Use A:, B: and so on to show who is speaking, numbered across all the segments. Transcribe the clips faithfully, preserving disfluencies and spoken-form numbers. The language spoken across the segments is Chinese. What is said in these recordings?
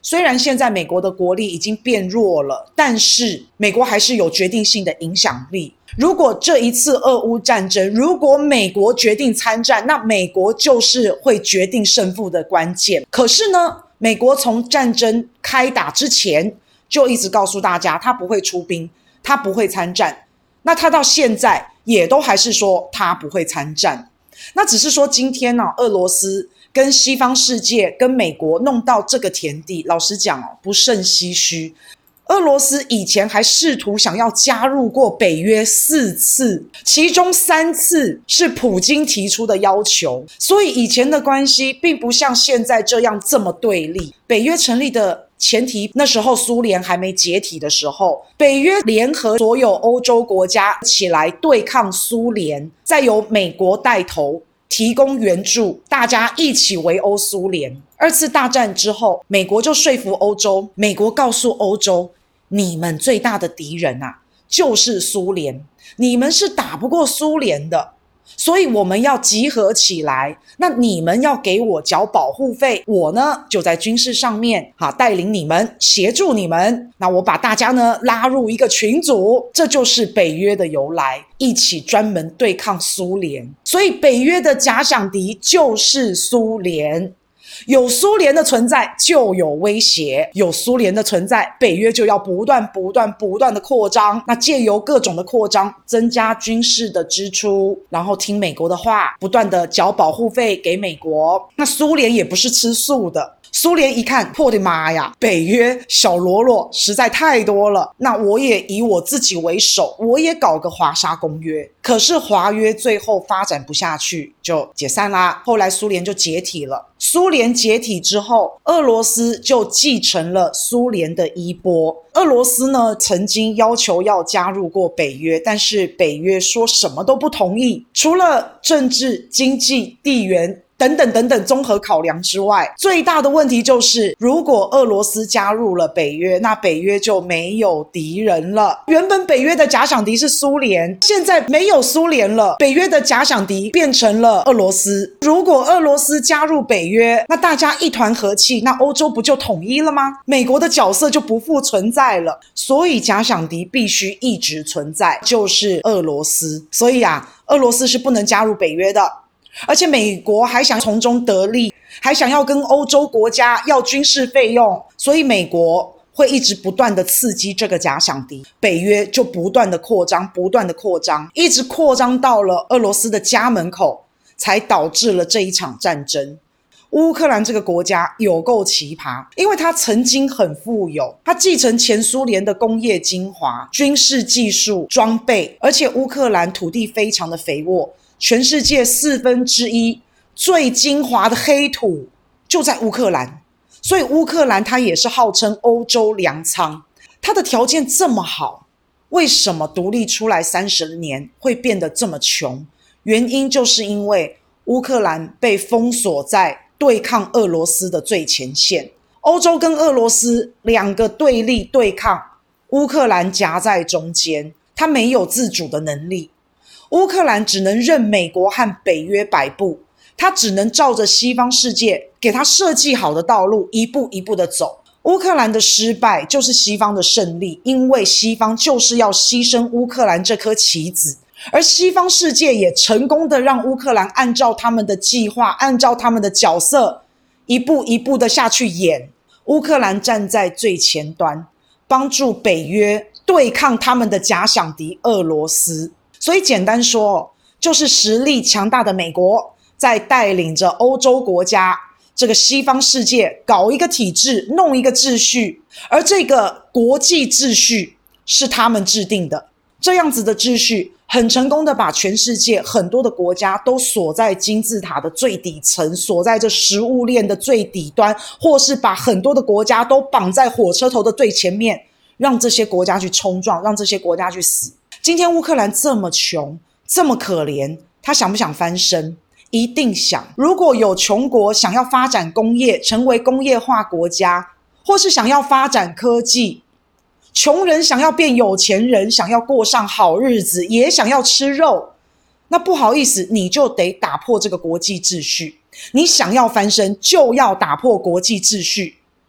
A: 虽然现在美国的国力已经变弱了，但是美国还是有决定性的影响力。如果这一次俄乌战争，如果美国决定参战，那美国就是会决定胜负的关键。可是呢，美国从战争开打之前就一直告诉大家，他不会出兵，他不会参战。那他到现在也都还是说他不会参战。那只是说今天呢、啊，俄罗斯跟西方世界跟美国弄到这个田地，老实讲哦，不胜唏嘘。俄罗斯以前还试图想要加入过北约四次，其中三次是普京提出的要求，所以以前的关系并不像现在这样这么对立。北约成立的前提，那时候苏联还没解体的时候，北约联合所有欧洲国家起来对抗苏联，再由美国带头提供援助，大家一起围殴苏联。二次大战之后，美国就说服欧洲，美国告诉欧洲，你们最大的敌人啊，就是苏联，你们是打不过苏联的，所以我们要集合起来，那你们要给我缴保护费，我呢就在军事上面啊带领你们，协助你们，那我把大家呢拉入一个群组，这就是北约的由来，一起专门对抗苏联。所以北约的假想敌就是苏联，有苏联的存在就有威胁，有苏联的存在，北约就要不断不断不断的扩张，那借由各种的扩张增加军事的支出，然后听美国的话，不断的缴保护费给美国。那苏联也不是吃素的，苏联一看，我的妈呀，北约小喽啰实在太多了，那我也以我自己为首，我也搞个华沙公约。可是华约最后发展不下去，就解散啦。后来苏联就解体了。苏联解体之后，俄罗斯就继承了苏联的衣钵。俄罗斯呢，曾经要求要加入过北约，但是北约说什么都不同意，除了政治、经济、地缘等等等等综合考量之外，最大的问题就是如果俄罗斯加入了北约，那北约就没有敌人了。原本北约的假想敌是苏联，现在没有苏联了，北约的假想敌变成了俄罗斯。如果俄罗斯加入北约，那大家一团和气，那欧洲不就统一了吗？美国的角色就不复存在了。所以假想敌必须一直存在，就是俄罗斯。所以啊，俄罗斯是不能加入北约的。而且美国还想从中得利，还想要跟欧洲国家要军事费用，所以美国会一直不断的刺激这个假想敌，北约就不断的扩张，不断的扩张，一直扩张到了俄罗斯的家门口，才导致了这一场战争。乌克兰这个国家有够奇葩，因为它曾经很富有，它继承前苏联的工业精华、军事技术、装备，而且乌克兰土地非常的肥沃，全世界四分之一最精华的黑土就在乌克兰，所以乌克兰它也是号称欧洲粮仓。它的条件这么好，为什么独立出来三十年会变得这么穷？原因就是因为乌克兰被封锁在对抗俄罗斯的最前线，欧洲跟俄罗斯两个对立对抗，乌克兰夹在中间，它没有自主的能力。乌克兰只能任美国和北约摆布，他只能照着西方世界给他设计好的道路一步一步的走。乌克兰的失败就是西方的胜利，因为西方就是要牺牲乌克兰这颗棋子，而西方世界也成功的让乌克兰按照他们的计划，按照他们的角色一步一步的下去演。乌克兰站在最前端，帮助北约对抗他们的假想敌俄罗斯。所以简单说，就是实力强大的美国在带领着欧洲国家，这个西方世界搞一个体制，弄一个秩序，而这个国际秩序是他们制定的。这样子的秩序很成功的把全世界很多的国家都锁在金字塔的最底层，锁在这食物链的最底端，或是把很多的国家都绑在火车头的最前面，让这些国家去冲撞，让这些国家去死。今天乌克兰这么穷，这么可怜，他想不想翻身？一定想。如果有穷国想要发展工业，成为工业化国家，或是想要发展科技，穷人想要变有钱人，想要过上好日子，也想要吃肉，那不好意思，你就得打破这个国际秩序。你想要翻身，就要打破国际秩序。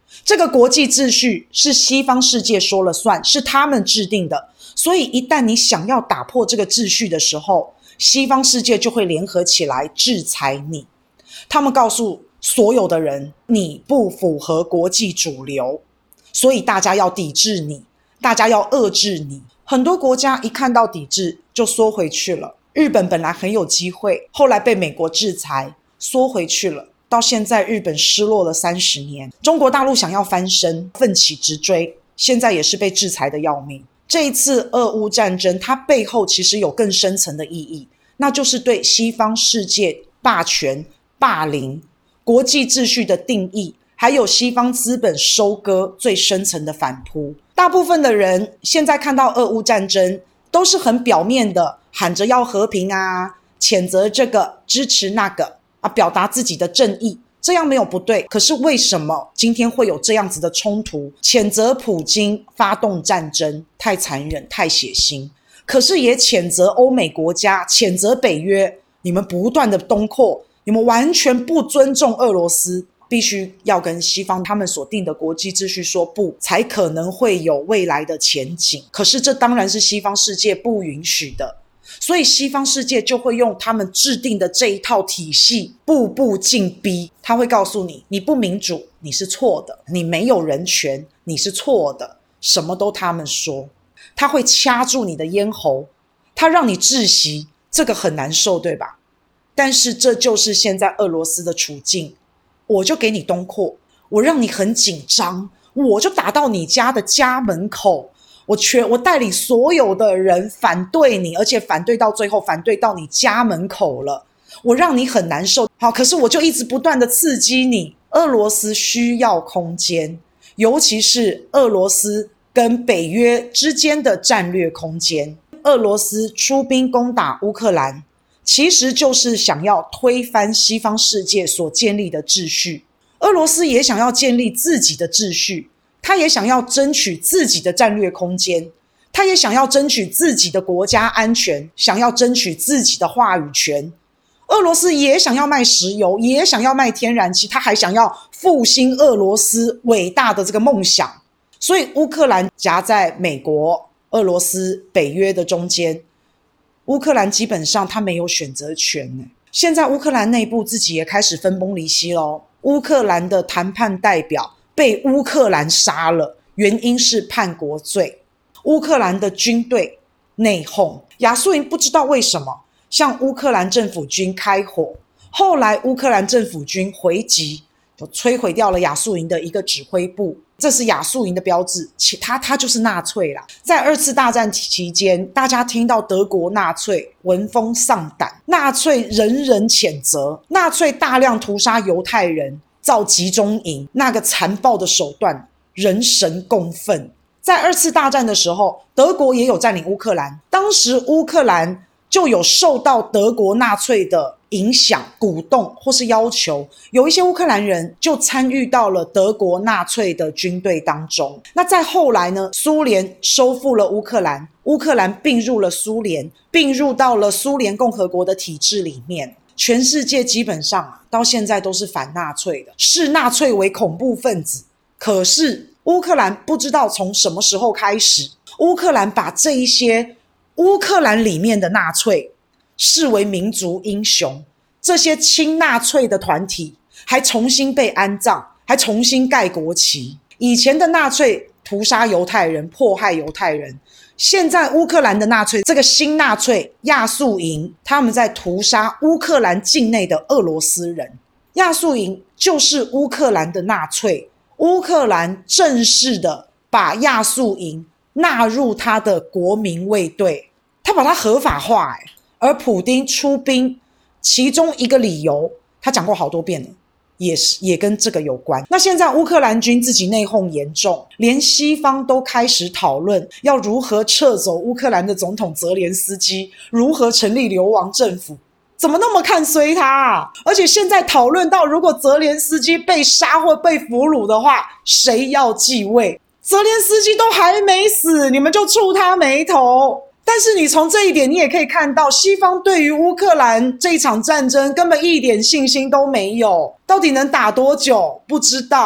A: 这个国际秩序是西方世界说了算，是他们制定的，所以一旦你想要打破这个秩序的时候，西方世界就会联合起来制裁你。他们告诉所有的人，你不符合国际主流，所以大家要抵制你，大家要遏制你。很多国家一看到抵制就缩回去了。日本本来很有机会，后来被美国制裁，缩回去了。到现在日本失落了三十年，中国大陆想要翻身，奋起直追，现在也是被制裁的要命。这一次俄乌战争，它背后其实有更深层的意义，那就是对西方世界霸权、霸凌、国际秩序的定义，还有西方资本收割最深层的反扑。大部分的人现在看到俄乌战争，都是很表面的，喊着要和平啊，谴责这个，支持那个啊，表达自己的正义，这样没有不对。可是为什么今天会有这样子的冲突？谴责普京发动战争，太残忍，太血腥。可是也谴责欧美国家，谴责北约，你们不断的东扩，你们完全不尊重俄罗斯，必须要跟西方他们所定的国际秩序说不，才可能会有未来的前景。可是这当然是西方世界不允许的，所以西方世界就会用他们制定的这一套体系步步进逼。他会告诉你，你不民主，你是错的，你没有人权，你是错的，什么都他们说。他会掐住你的咽喉，他让你窒息，这个很难受，对吧？但是这就是现在俄罗斯的处境。我就给你东扩，我让你很紧张，我就打到你家的家门口，我全我带领所有的人反对你，而且反对到最后反对到你家门口了，我让你很难受。好，可是我就一直不断的刺激你。俄罗斯需要空间，尤其是俄罗斯跟北约之间的战略空间。俄罗斯出兵攻打乌克兰，其实就是想要推翻西方世界所建立的秩序。俄罗斯也想要建立自己的秩序，他也想要争取自己的战略空间，他也想要争取自己的国家安全，想要争取自己的话语权。俄罗斯也想要卖石油，也想要卖天然气，他还想要复兴俄罗斯伟大的这个梦想。所以乌克兰夹在美国、俄罗斯、北约的中间，乌克兰基本上他没有选择权。现在乌克兰内部自己也开始分崩离析咯。乌克兰的谈判代表被乌克兰杀了，原因是叛国罪。乌克兰的军队内讧，亚速营不知道为什么向乌克兰政府军开火，后来乌克兰政府军回击，就摧毁掉了亚速营的一个指挥部，这是亚速营的标志，它它就是纳粹啦。在二次大战期间，大家听到德国纳粹闻风丧胆，纳粹人人谴责，纳粹大量屠杀犹太人，造集中营，那个残暴的手段人神共愤。在二次大战的时候，德国也有占领乌克兰，当时乌克兰就有受到德国纳粹的影响、鼓动或是要求，有一些乌克兰人就参与到了德国纳粹的军队当中。那再后来呢，苏联收复了乌克兰，乌克兰并入了苏联，并入到了苏联共和国的体制里面。全世界基本上啊，到现在都是反纳粹的，视纳粹为恐怖分子。可是乌克兰不知道从什么时候开始，乌克兰把这一些乌克兰里面的纳粹视为民族英雄，这些亲纳粹的团体还重新被安葬，还重新盖国旗。以前的纳粹屠杀犹太人，迫害犹太人，现在乌克兰的纳粹，这个新纳粹亚速营，他们在屠杀乌克兰境内的俄罗斯人。亚速营就是乌克兰的纳粹，乌克兰正式的把亚速营纳入他的国民卫队，他把它合法化。欸、而普丁出兵，其中一个理由他讲过好多遍了，也是也跟这个有关。那现在乌克兰军自己内讧严重，连西方都开始讨论要如何撤走乌克兰的总统泽连斯基，如何成立流亡政府。怎么那么看衰他啊？而且现在讨论到，如果泽连斯基被杀或被俘虏的话，谁要继位？泽连斯基都还没死，你们就触他眉头。但是你从这一点你也可以看到，西方对于乌克兰这一场战争根本一点信心都没有，到底能打多久不知道。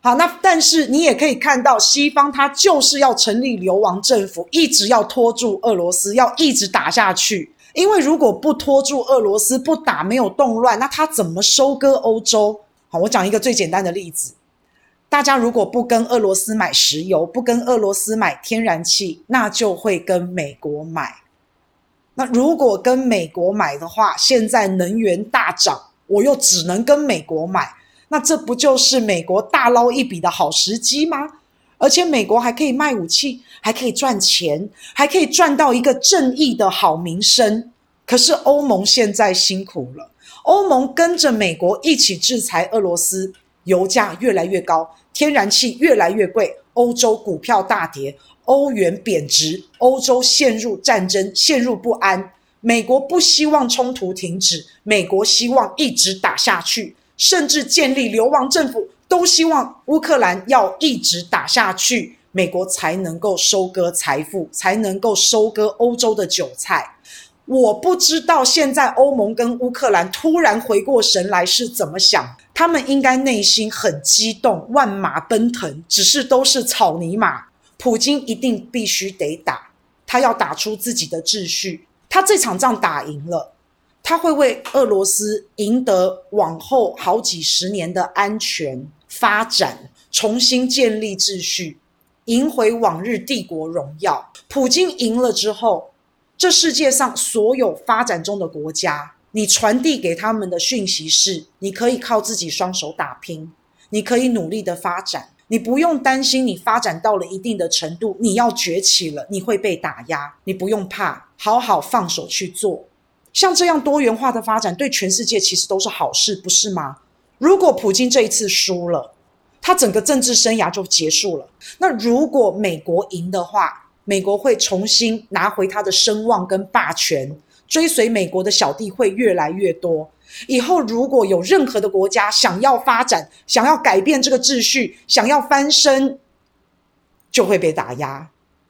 A: 好，那但是你也可以看到，西方它就是要成立流亡政府，一直要拖住俄罗斯，要一直打下去。因为如果不拖住俄罗斯，不打，没有动乱，那它怎么收割欧洲？好，我讲一个最简单的例子，大家如果不跟俄罗斯买石油，不跟俄罗斯买天然气，那就会跟美国买。那如果跟美国买的话，现在能源大涨，我又只能跟美国买，那这不就是美国大捞一笔的好时机吗？而且美国还可以卖武器，还可以赚钱，还可以赚到一个正义的好名声。可是欧盟现在辛苦了，欧盟跟着美国一起制裁俄罗斯，油价越来越高，天然气越来越贵，欧洲股票大跌，欧元贬值，欧洲陷入战争，陷入不安。美国不希望冲突停止，美国希望一直打下去，甚至建立流亡政府，都希望乌克兰要一直打下去，美国才能够收割财富，才能够收割欧洲的韭菜。我不知道现在欧盟跟乌克兰突然回过神来是怎么想，他们应该内心很激动，万马奔腾，只是都是草泥马。普京一定必须得打，他要打出自己的秩序，他这场仗打赢了，他会为俄罗斯赢得往后好几十年的安全发展，重新建立秩序，赢回往日帝国荣耀。普京赢了之后，这世界上所有发展中的国家，你传递给他们的讯息是，你可以靠自己双手打拼，你可以努力的发展，你不用担心你发展到了一定的程度，你要崛起了，你会被打压，你不用怕，好好放手去做。像这样多元化的发展对全世界其实都是好事，不是吗？如果普京这一次输了，他整个政治生涯就结束了。那如果美国赢的话，美国会重新拿回他的声望跟霸权，追随美国的小弟会越来越多。以后如果有任何的国家想要发展，想要改变这个秩序，想要翻身，就会被打压。